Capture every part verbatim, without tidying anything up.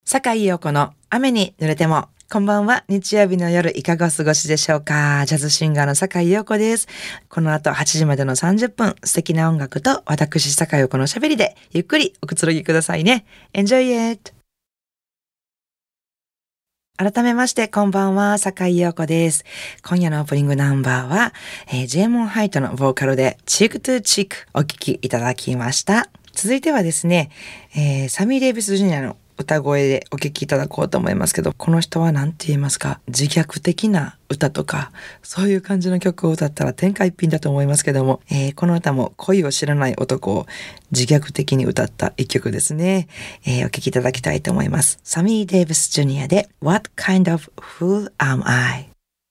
坂井陽子の雨に濡れても。こんばんは。日曜日の夜いかがお過ごしでしょうか。ジャズシンガーの坂井陽子です。この後はちじまでのさんじゅっぷん、素敵な音楽と私坂井陽子のしゃべりでゆっくりおくつろぎくださいね。Enjoy it! 改めましてこんばんは、坂井陽子です。今夜のオープニングナンバーは、えー、ジェイモンハイトのボーカルでチークトゥチークお聴きいただきました。続いてはですね、えー、サミー・デイビス・ジュニアの歌声でお聴きいただこうと思いますけど、この人は何て言いますか、自虐的な歌とかそういう感じの曲を歌ったら天下一品だと思いますけども、えー、この歌も恋を知らない男を自虐的に歌った一曲ですね。えー、お聴きいただきたいと思います。サミー・デイビス・ジュニアで What Kind of Fool Am I?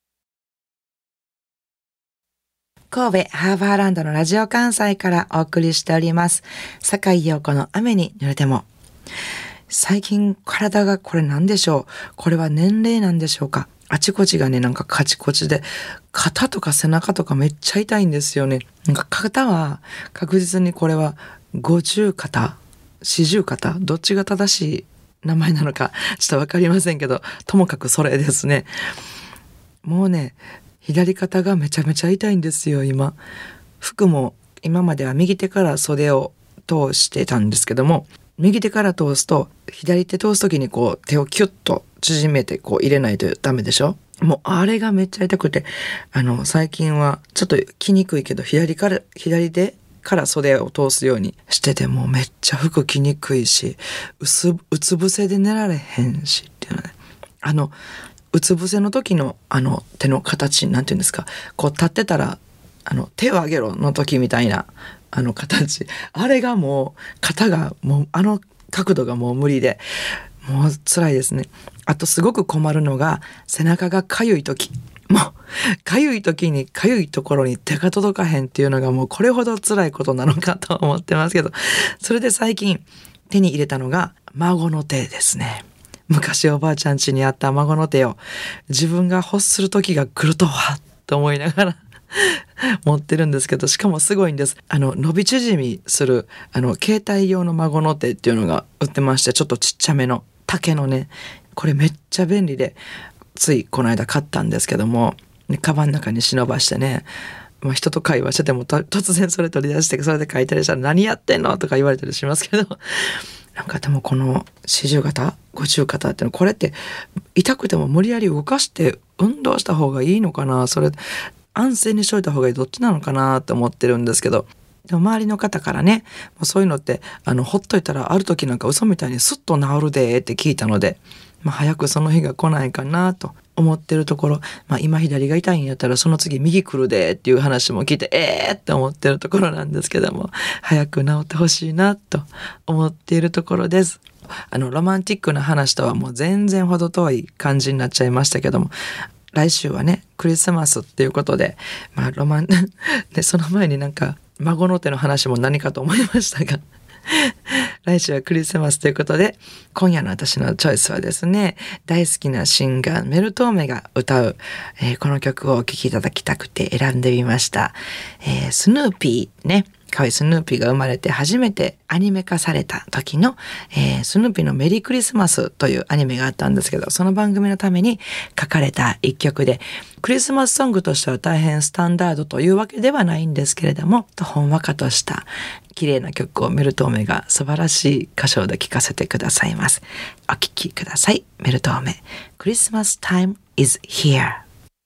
神戸ハーバーランドのラジオ関西からお送りしております。坂井陽子の雨に濡れても。最近体がこれ何でしょう。これは年齢なんでしょうか。あちこちがね、なんかカチコチで、肩とか背中とかめっちゃ痛いんですよね。なんか肩は確実にこれは五十肩、四十肩、どっちが正しい名前なのかちょっとわかりませんけど、ともかくそれですね。もうね、左肩がめちゃめちゃ痛いんですよ、今。服も今までは右手から袖を通してたんですけども、右手から通すと左手通す時にこう手をキュッと縮めてこう入れないとダメでしょ。もうあれがめっちゃ痛くて、あの最近はちょっと着にくいけど左から左手から袖を通すようにしてて、もうめっちゃ服着にくいし、うつうつ伏せで寝られへんしっていうのね。あのうつ伏せの時のあの手の形なんていうんですか、こう立ってたらあの手を上げろの時みたいなあの形、あれがもう肩がもうあの角度がもう無理で、もう辛いですね。あとすごく困るのが背中がかゆい時、もうかゆい時にかゆいところに手が届かへんっていうのがもうこれほど辛いことなのかと思ってますけど、それで最近手に入れたのが孫の手ですね。昔おばあちゃん家にあった孫の手を自分が欲する時が来るとはと思いながら持ってるんですけど、しかもすごいんです。あの伸び縮みするあの携帯用の孫の手っていうのが売ってまして、ちょっとちっちゃめの竹のね、これめっちゃ便利で、ついこの間買ったんですけども、ね、カバンの中に忍ばしてね、まあ、人と会話してても突然それ取り出してそれで書いたりしたら何やってんのとか言われたりしますけど、なんかでもこの四十肩五十肩ってのこれって痛くても無理やり動かして運動した方がいいのかな、それ安静にしといた方がいい、どっちなのかなって思ってるんですけど、でも周りの方からね、もうそういうのってあのほっといたらある時なんか嘘みたいにスッと治るでって聞いたので、まあ、早くその日が来ないかなと思ってるところ、まあ、今左が痛いんやったらその次右来るでっていう話も聞いてえーって思ってるところなんですけども、早く治ってほしいなと思っているところです。あのロマンティックな話とはもう全然程遠い感じになっちゃいましたけども、来週はねクリスマスっていうことで、まあロマンでその前になんか孫の手の話も何かと思いましたが来週はクリスマスということで、今夜の私のチョイスはですね、大好きなシンガーメルトーメが歌う、えー、この曲をお聴きいただきたくて選んでみました。えー、スヌーピーね、かわいいスヌーピーが生まれて初めてアニメ化された時の、えー、スヌーピーのメリークリスマスというアニメがあったんですけど、その番組のために書かれた一曲で、クリスマスソングとしては大変スタンダードというわけではないんですけれども、ほんわかとした綺麗な曲をメルトーメが素晴らしい歌唱で聴かせてくださいます。お聴きください。メルトーメ、Christmas time is here。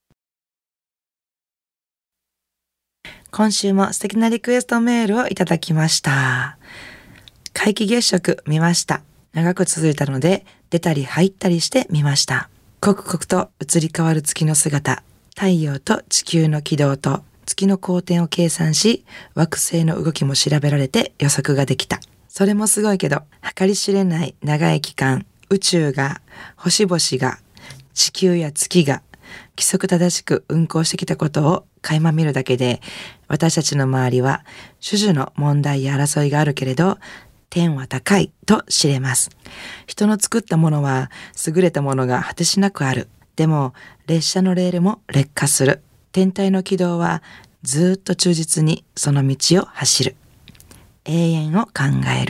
今週も素敵なリクエストメールをいただきました。皆既月食見ました。長く続いたので出たり入ったりして見ました。刻々と移り変わる月の姿、太陽と地球の軌道と月の公転を計算し、惑星の動きも調べられて予測ができた。それもすごいけど、計り知れない長い期間、宇宙が、星々が、地球や月が規則正しく運行してきたことを垣間見るだけで、私たちの周りは種々の問題や争いがあるけれど、天は高いと知れます。人の作ったものは優れたものが果てしなくある。でも列車のレールも劣化する。天体の軌道はずっと忠実にその道を走る。永遠を考える。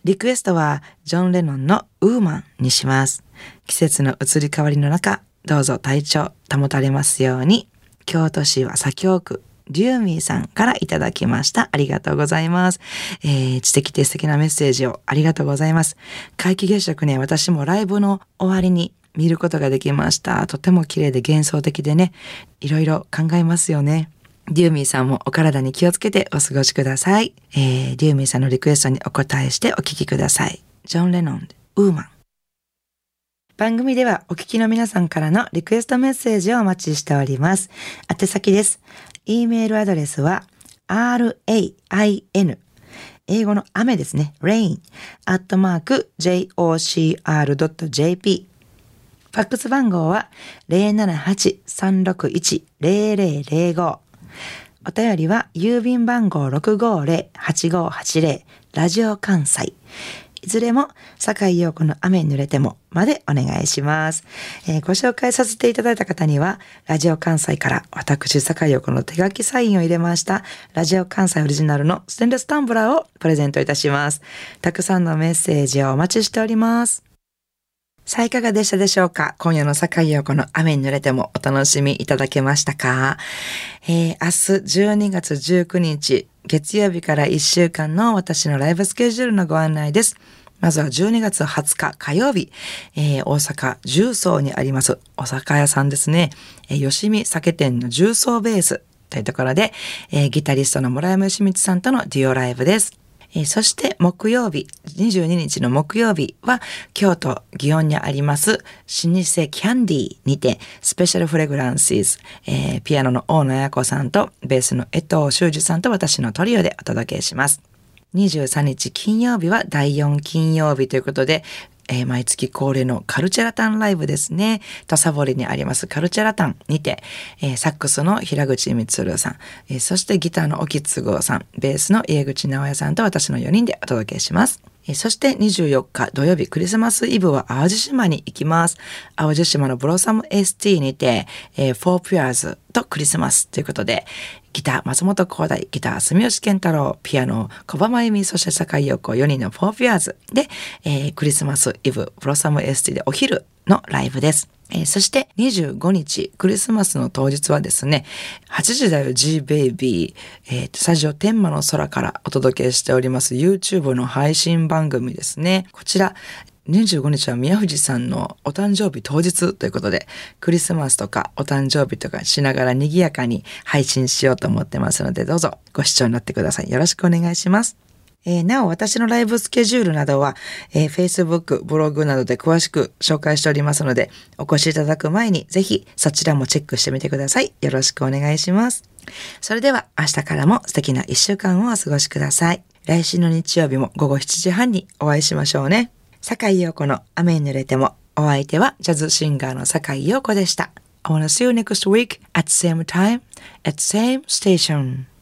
リクエストはジョン・レノンのウーマンにします。季節の移り変わりの中、どうぞ体調保たれますように。京都市は左京区リュウミーさんからいただきました。ありがとうございます。えー、知的で素敵なメッセージをありがとうございます。皆既月食ね、私もライブの終わりに見ることができました。とても綺麗で幻想的でね、いろいろ考えますよね。リュウミーさんもお体に気をつけてお過ごしください。えー、リュウミーさんのリクエストにお答えしてお聞きください。ジョン・レノンでウーマン。番組ではお聞きの皆さんからのリクエストメッセージをお待ちしております。宛先です。E メールアドレスは ライン 英語の雨ですね。rain アットマーク ジョー ドット ジェーピー。ファックス番号は ゼロななはち さんろくいち ゼロゼロゼロご。お便りは郵便番号 ろくごーぜろ はちごーはちぜろ ラジオ関西。いずれも坂井陽子の雨に濡れてもまでお願いします、えー、ご紹介させていただいた方にはラジオ関西から私坂井陽子の手書きサインを入れましたラジオ関西オリジナルのステンレスタンブラーをプレゼントいたします。たくさんのメッセージをお待ちしております。さあいかがでしたでしょうか。今夜の坂井陽子の雨に濡れてもお楽しみいただけましたか。えー、明日じゅうにがつじゅうくにち月曜日からいっしゅうかんの私のライブスケジュールのご案内です。まずはじゅうにがつはつか火曜日、えー、大阪十三にありますお酒屋さんですね、えー、吉見酒店の十三ベースというところで、えー、ギタリストの村山義光さんとのデュオライブです。えー、そして木曜日にじゅうににちの木曜日は京都祇園にあります老舗キャンディーにてスペシャルフレグランシーズ、えー、ピアノの大野彩子さんとベースの江藤修二さんと私のトリオでお届けします。にじゅうさんにち金曜日はだいよん金曜日ということで、えー、毎月恒例のカルチャラタンライブですね。土佐堀にありますカルチャラタンにて、えー、サックスの平口光さん、えー、そしてギターの沖津剛さん、ベースの家口直也さんと私のよにんでお届けします。えー、そしてにじゅうよっか土曜日クリスマスイブは淡路島に行きます。淡路島のブロッサム エスティー にて、えー、フォーピュアーズとクリスマスということで、ギター松本光大、ギター住吉健太郎、ピアノ小葉真由美、そして坂井陽子よにんのフォーピュアーズで、えー、クリスマスイブブロッサム エスティー でお昼のライブです。えー、そしてにじゅうごにちクリスマスの当日はですね、はちじだよ G ベイビー、えー、スタジオ天満の空からお届けしております YouTube の配信番組ですね。こちらにじゅうごにちは宮藤さんのお誕生日当日ということで、クリスマスとかお誕生日とかしながら賑やかに配信しようと思ってますので、どうぞご視聴になってください。よろしくお願いします。えー、なお私のライブスケジュールなどは、えー、Facebook、ブログなどで詳しく紹介しておりますので、お越しいただく前にぜひそちらもチェックしてみてください。よろしくお願いします。それでは明日からも素敵ないっしゅうかんをお過ごしください。来週の日曜日もごごしちじはんにお会いしましょうね。坂井陽子の雨に濡れても、お相手はジャズシンガーの坂井陽子でした。I wanna see you next week at same time at same station.